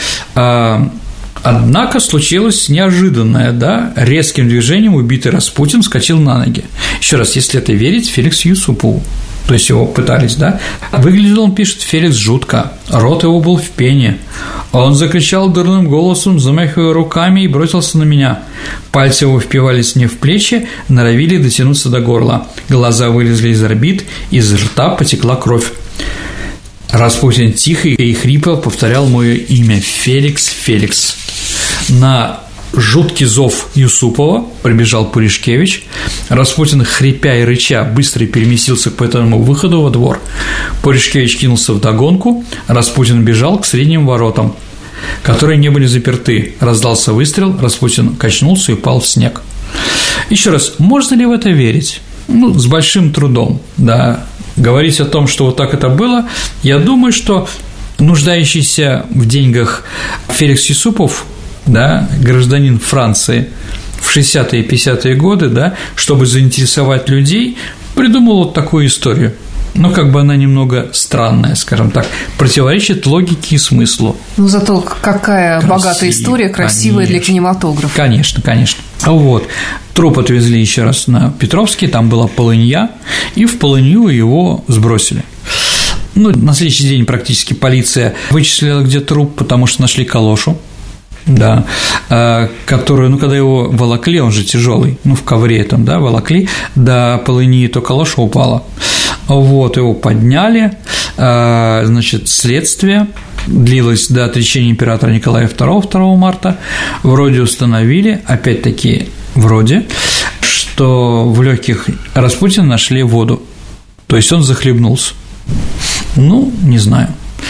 Однако случилось неожиданное, да, резким движением убитый Распутин вскочил на ноги. Еще раз, если это верить Феликсу Юсупову, то есть его пытались, да, выглядел он, пишет Феликс, жутко, рот его был в пене, он закричал дурным голосом, замахивая руками, и бросился на меня. Пальцы его впивались мне в плечи, норовили дотянуться до горла, глаза вылезли из орбит, из рта потекла кровь. Распутин тихо и хрипло повторял мое имя: Феликс, Феликс. На жуткий зов Юсупова прибежал Пуришкевич. Распутин, хрипя и рыча, быстро переместился к этому выходу во двор. Пуришкевич кинулся вдогонку, Распутин бежал к средним воротам, которые не были заперты. Раздался выстрел, Распутин качнулся и упал в снег. Еще раз, можно ли в это верить? С большим трудом, да. Говорить о том, что вот так это было, я думаю, что нуждающийся в деньгах Феликс Юсупов, да, гражданин Франции, в 60-е и 50-е годы, да, чтобы заинтересовать людей, придумал вот такую историю. Но как бы она немного странная, скажем так, противоречит логике и смыслу. Ну, зато какая богатая история, красивая, конечно, для кинематографа. Конечно, конечно. Вот. Труп отвезли еще раз на Петровский, там была полынья, и в полынью его сбросили. Ну, на следующий день практически полиция вычислила, где труп, потому что нашли калошу, да, которую, ну, когда его волокли, он же тяжелый, ну, в ковре там, да, волокли до полыньи, то калоша упала. Вот, его подняли, значит, следствие длилось до отречения императора Николая II 2 марта, вроде установили, опять-таки, вроде, что в легких Распутина нашли воду, то есть он захлебнулся. Ну, не знаю.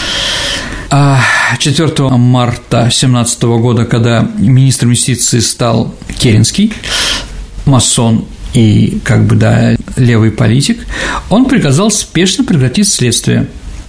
4 марта 17 года, когда министром юстиции стал Керенский, масон и, как бы, да, левый политик, он приказал спешно прекратить следствие.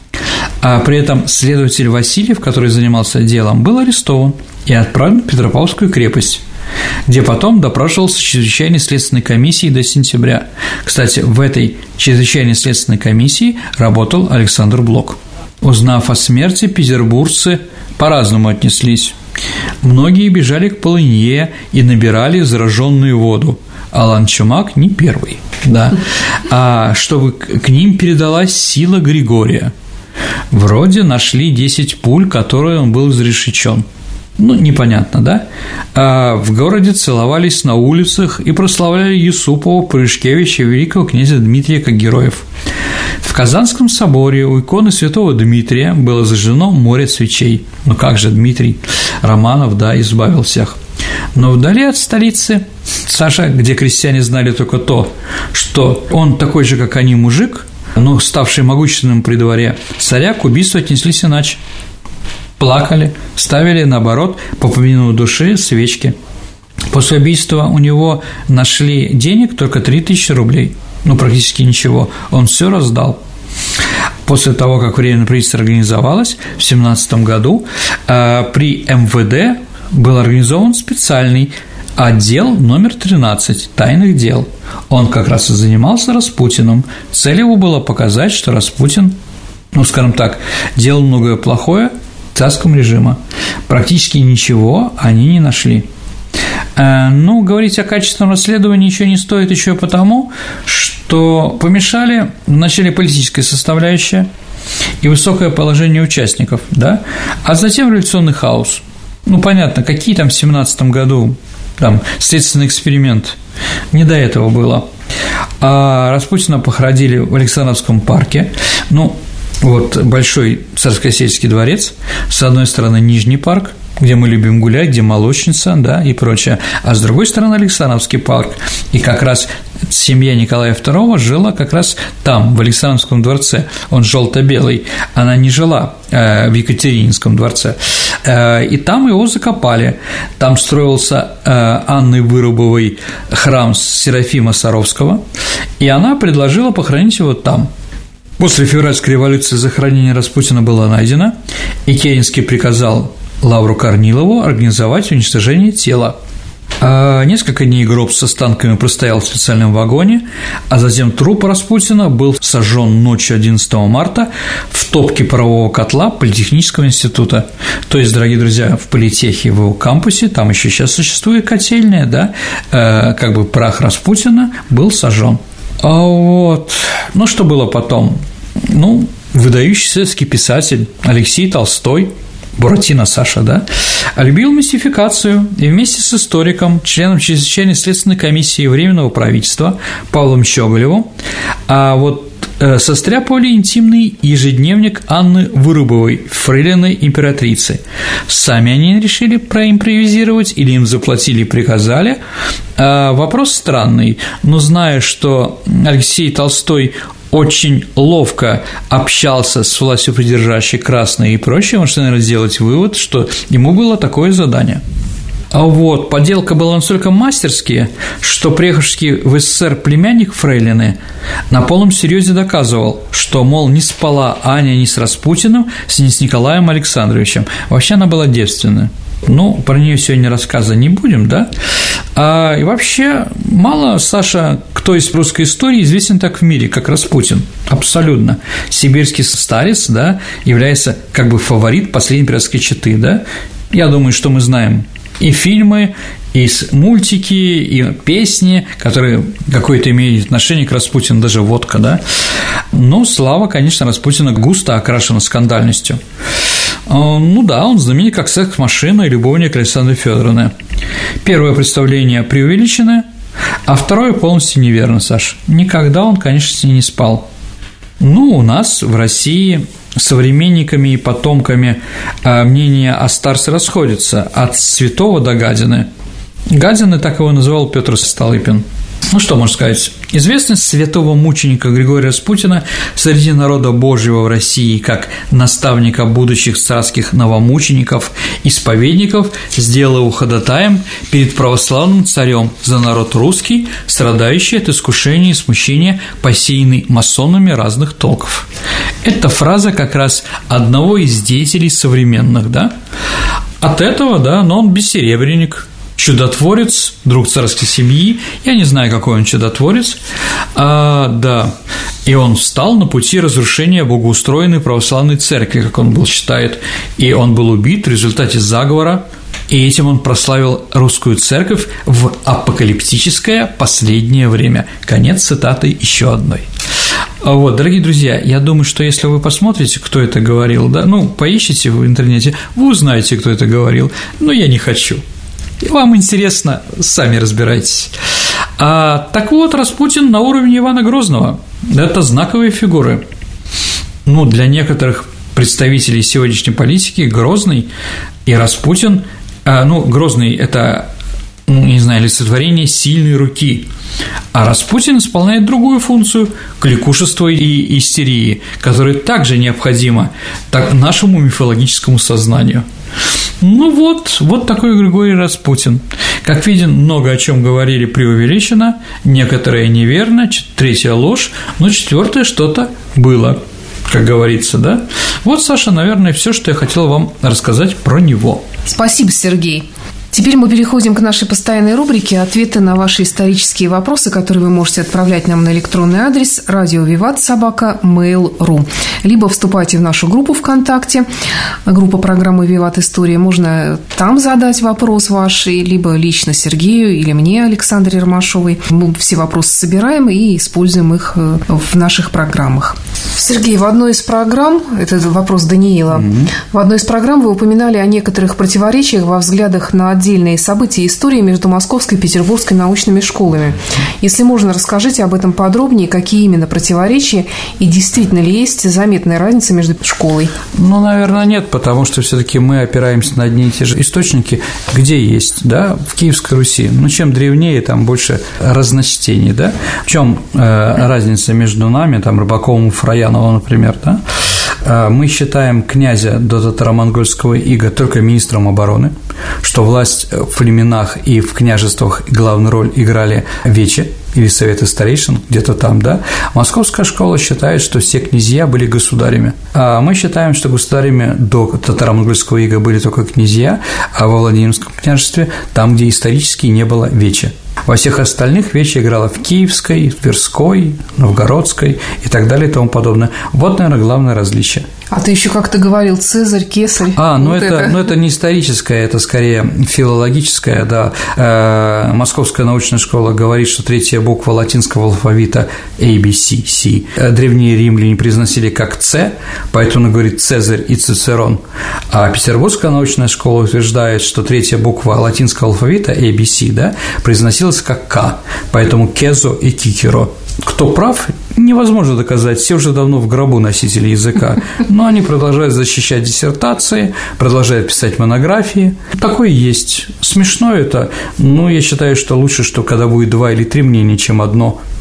А при этом следователь Васильев, который занимался делом, был арестован и отправлен в Петропавловскую крепость, где потом допрашивался чрезвычайной следственной комиссией до сентября. Кстати, в этой чрезвычайной следственной комиссии работал Александр Блок. Узнав о смерти, петербуржцы по-разному отнеслись. Многие бежали к полынье и набирали зараженную воду. Алан Чумак не первый, да, а чтобы к ним передалась сила Григория. Вроде нашли 10 пуль, которые он был изрешечен. Ну, непонятно, да? А в городе целовались на улицах и прославляли Юсупова, Пуришкевича и великого князя Дмитрия как героев. В Казанском соборе у иконы святого Дмитрия было зажжено море свечей. Ну как же Дмитрий Романов, да, избавил всех. Но вдали от столицы, Саша, где крестьяне знали только то, что он такой же, как они, мужик, но ставший могущественным при дворе царя, к убийству отнеслись иначе. Плакали, ставили, наоборот, по помину души свечки. После убийства у него нашли денег только 3000 рублей, ну, практически ничего, он все раздал. После того, как Временное правительство организовалось в 17 году, при МВД был организован специальный отдел номер 13 тайных дел. Он как раз и занимался Распутиным. Цель его была показать, что Распутин, ну, скажем так, делал многое плохое царскому режиму. Практически ничего они не нашли. Ну, говорить о качественном расследовании еще не стоит еще и потому, что помешали вначале политическая составляющая и высокое положение участников, да, а затем революционный хаос. Ну, понятно, какие там в 17 году там следственный эксперимент, не до этого было. А Распутина похоронили в Александровском парке, ну, вот большой царско-сельский дворец, с одной стороны Нижний парк, где мы любим гулять, где молочница, да, и прочее, а с другой стороны Александровский парк, и как раз семья Николая II жила как раз там, в Александровском дворце, он желто-белый, она не жила в Екатерининском дворце, и там его закопали, там строился Анной Вырубовой храм Серафима Саровского, и она предложила похоронить его там. После февральской революции захоронение Распутина было найдено, и Керенский приказал Лавру Корнилову организовать уничтожение тела. Несколько дней гроб с останками простоял в специальном вагоне, а затем труп Распутина был сожжен ночью 11 марта в топке парового котла Политехнического института. То есть, дорогие друзья, в политехе, в его кампусе, там еще сейчас существует котельная, да, как бы прах Распутина был сожжен. Вот. Ну, что было потом? Ну, выдающийся советский писатель Алексей Толстой, Буратино Саша, да, любил мистификацию и вместе с историком, членом чрезвычайной следственной комиссии Временного правительства Павлом Щеголевым, состряпывали интимный ежедневник Анны Вырубовой, фрейлины императрицы. Сами они решили проимпровизировать или им заплатили и приказали. Вопрос странный, но зная, что Алексей Толстой очень ловко общался с властью придержащей Красной и прочее, он что, наверное, сделать вывод, что ему было такое задание. Вот, подделка была настолько мастерски, что приехавший в СССР племянник фрейлины на полном серьезе доказывал, что, мол, не спала Аня ни с Распутиным, ни с Николаем Александровичем. Вообще она была девственная. Ну, про нее сегодня рассказа не будем, да? И вообще, мало, Саша, кто из русской истории известен так в мире, как Распутин. Абсолютно. Сибирский старец, да, является как бы фаворит последней императорской четы, да? Я думаю, что мы знаем и фильмы, и мультики, и песни, которые какое-то имеют отношение к Распутину, даже водка, да. Но слава, конечно, Распутина густо окрашена скандальностью. Ну да, он знаменит как секс-машина и любовник Александры Фёдоровны. Первое представление преувеличено, а второе полностью неверно, Саш. Никогда он, конечно, с ней не спал. Ну, у нас в России современниками и потомками мнения о старце расходятся от святого до гадины. Гадины так его называл Петр Столыпин. Ну, что можно сказать? Известность святого мученика Григория Распутина среди народа Божьего в России как наставника будущих царских новомучеников, исповедников сделала его ходатаем перед православным царем за народ русский, страдающий от искушения и смущения, посеянный масонами разных толков. Это фраза как раз одного из деятелей современных, да? От этого, да, но он бессеребренник, чудотворец, друг царской семьи, я не знаю, какой он чудотворец, да, и он встал на пути разрушения богоустроенной православной церкви, как он считает, и он был убит в результате заговора, и этим он прославил русскую церковь в апокалиптическое последнее время. Конец цитаты еще одной. Вот, дорогие друзья, я думаю, что если вы посмотрите, кто это говорил, да, ну, поищите в интернете, вы узнаете, кто это говорил, но я не хочу. Вам интересно, сами разбирайтесь. Так вот, Распутин на уровне Ивана Грозного. Это знаковые фигуры. Ну, для некоторых представителей сегодняшней политики Грозный и Распутин, Грозный – это, не знаю, олицетворение сильной руки, а Распутин исполняет другую функцию – кликушества и истерии, которая также необходима нашему мифологическому сознанию. Ну вот такой Григорий Распутин. Как видим, много о чем говорили преувеличено, некоторые неверно, третья ложь, но четвертое что-то было, как говорится, да? Вот, Саша, наверное, все, что я хотел вам рассказать про него. Спасибо, Сергей. Теперь мы переходим к нашей постоянной рубрике «Ответы на ваши исторические вопросы», которые вы можете отправлять нам на электронный адрес radiovivat@mail.ru, либо вступайте в нашу группу ВКонтакте, группа программы «Виват История». Можно там задать вопрос ваш, либо лично Сергею или мне, Александре Ромашовой. Мы все вопросы собираем и используем их в наших программах. Сергей, в одной из программ, это вопрос Даниила, в одной из программ вы упоминали о некоторых противоречиях во взглядах на отдельные события истории между Московской и Петербургской научными школами. Если можно, расскажите об этом подробнее, какие именно противоречия и действительно ли есть заметная разница между школой? Ну, наверное, нет, потому что все-таки мы опираемся на одни и те же источники, где есть, да, в Киевской Руси. Ну, чем древнее, там больше разночтений, да. В чем разница между нами, там, Рыбаковым и Фраяновым, например, да? Мы считаем князя до татаро-монгольского ига только министром обороны, что власть в племенах и в княжествах главную роль играли вечи или советы старейшин, где-то там, да. Московская школа считает, что все князья были государями, а мы считаем, что государями до татаро-монгольского ига были только князья, а во Владимирском княжестве, там, где исторически не было вечи. Во всех остальных вечи играла в Киевской, Тверской, Новгородской и так далее и тому подобное. Вот, наверное, главное различие. А ты еще как-то говорил Цезарь, Кесарь. Это не историческое, это скорее филологическое, да. Московская научная школа говорит, что третья буква латинского алфавита ABC, C. Древние римляне произносили как С, поэтому она говорит Цезарь и Цицерон. А Петербургская научная школа утверждает, что третья буква латинского алфавита ABC, да, произносилась как К, поэтому Кезо и Кикеро. Кто прав, невозможно доказать, все уже давно в гробу носители языка, но они продолжают защищать диссертации, продолжают писать монографии. Такое есть. Смешно это, но я считаю, что лучше, что когда будет 2 или 3 мнения, чем одно.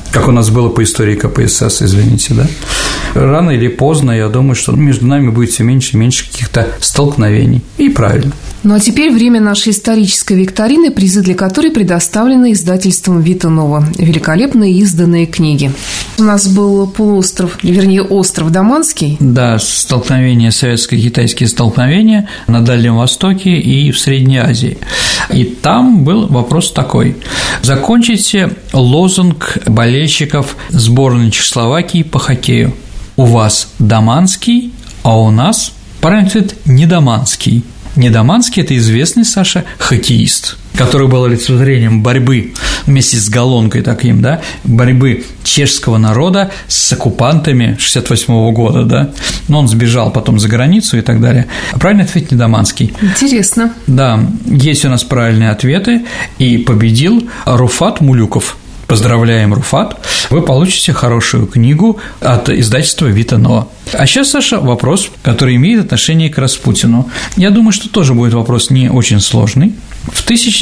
как у нас было по истории КПСС, извините, да? Рано или поздно, я думаю, что между нами будет все меньше и меньше каких-то столкновений. И правильно. Ну а теперь время нашей исторической викторины, призы для которой предоставлены издательством Вита Нова. Великолепные изданные книги. У нас был полуостров, вернее, остров Даманский. Да, столкновения, советско-китайские столкновения на Дальнем Востоке и в Средней Азии. И там был вопрос такой. Закончите лозунг болельщиков сборной Чехословакии по хоккею. У вас Даманский, а у нас, правильно ответ, Недаманский. Недаманский – это известный, Саша, хоккеист, который был олицетворением борьбы вместе с Галонкой таким, да, борьбы чешского народа с оккупантами 1968 года, да, но он сбежал потом за границу и так далее. Правильный ответ – Недаманский. Интересно. Да, есть у нас правильные ответы, и победил Руфат Мулюков. Поздравляем, Руфат, вы получите хорошую книгу от издательства Вита Нова. А сейчас, Саша, вопрос, который имеет отношение к Распутину. Я думаю, что тоже будет вопрос не очень сложный. В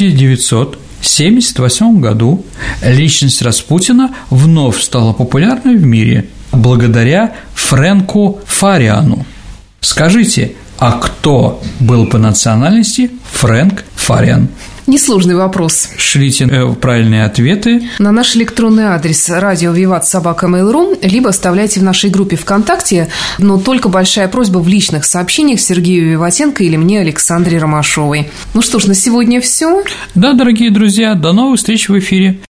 1978 году личность Распутина вновь стала популярной в мире благодаря Фрэнку Фариану. Скажите, а кто был по национальности Фрэнк Фариан? Несложный вопрос. Шлите правильные ответы На наш электронный адрес radio@vivat.mail.ru либо оставляйте в нашей группе ВКонтакте, но только большая просьба в личных сообщениях Сергею Виватенко или мне, Александре Ромашовой. Ну что ж, на сегодня все. Да, дорогие друзья, до новых встреч в эфире.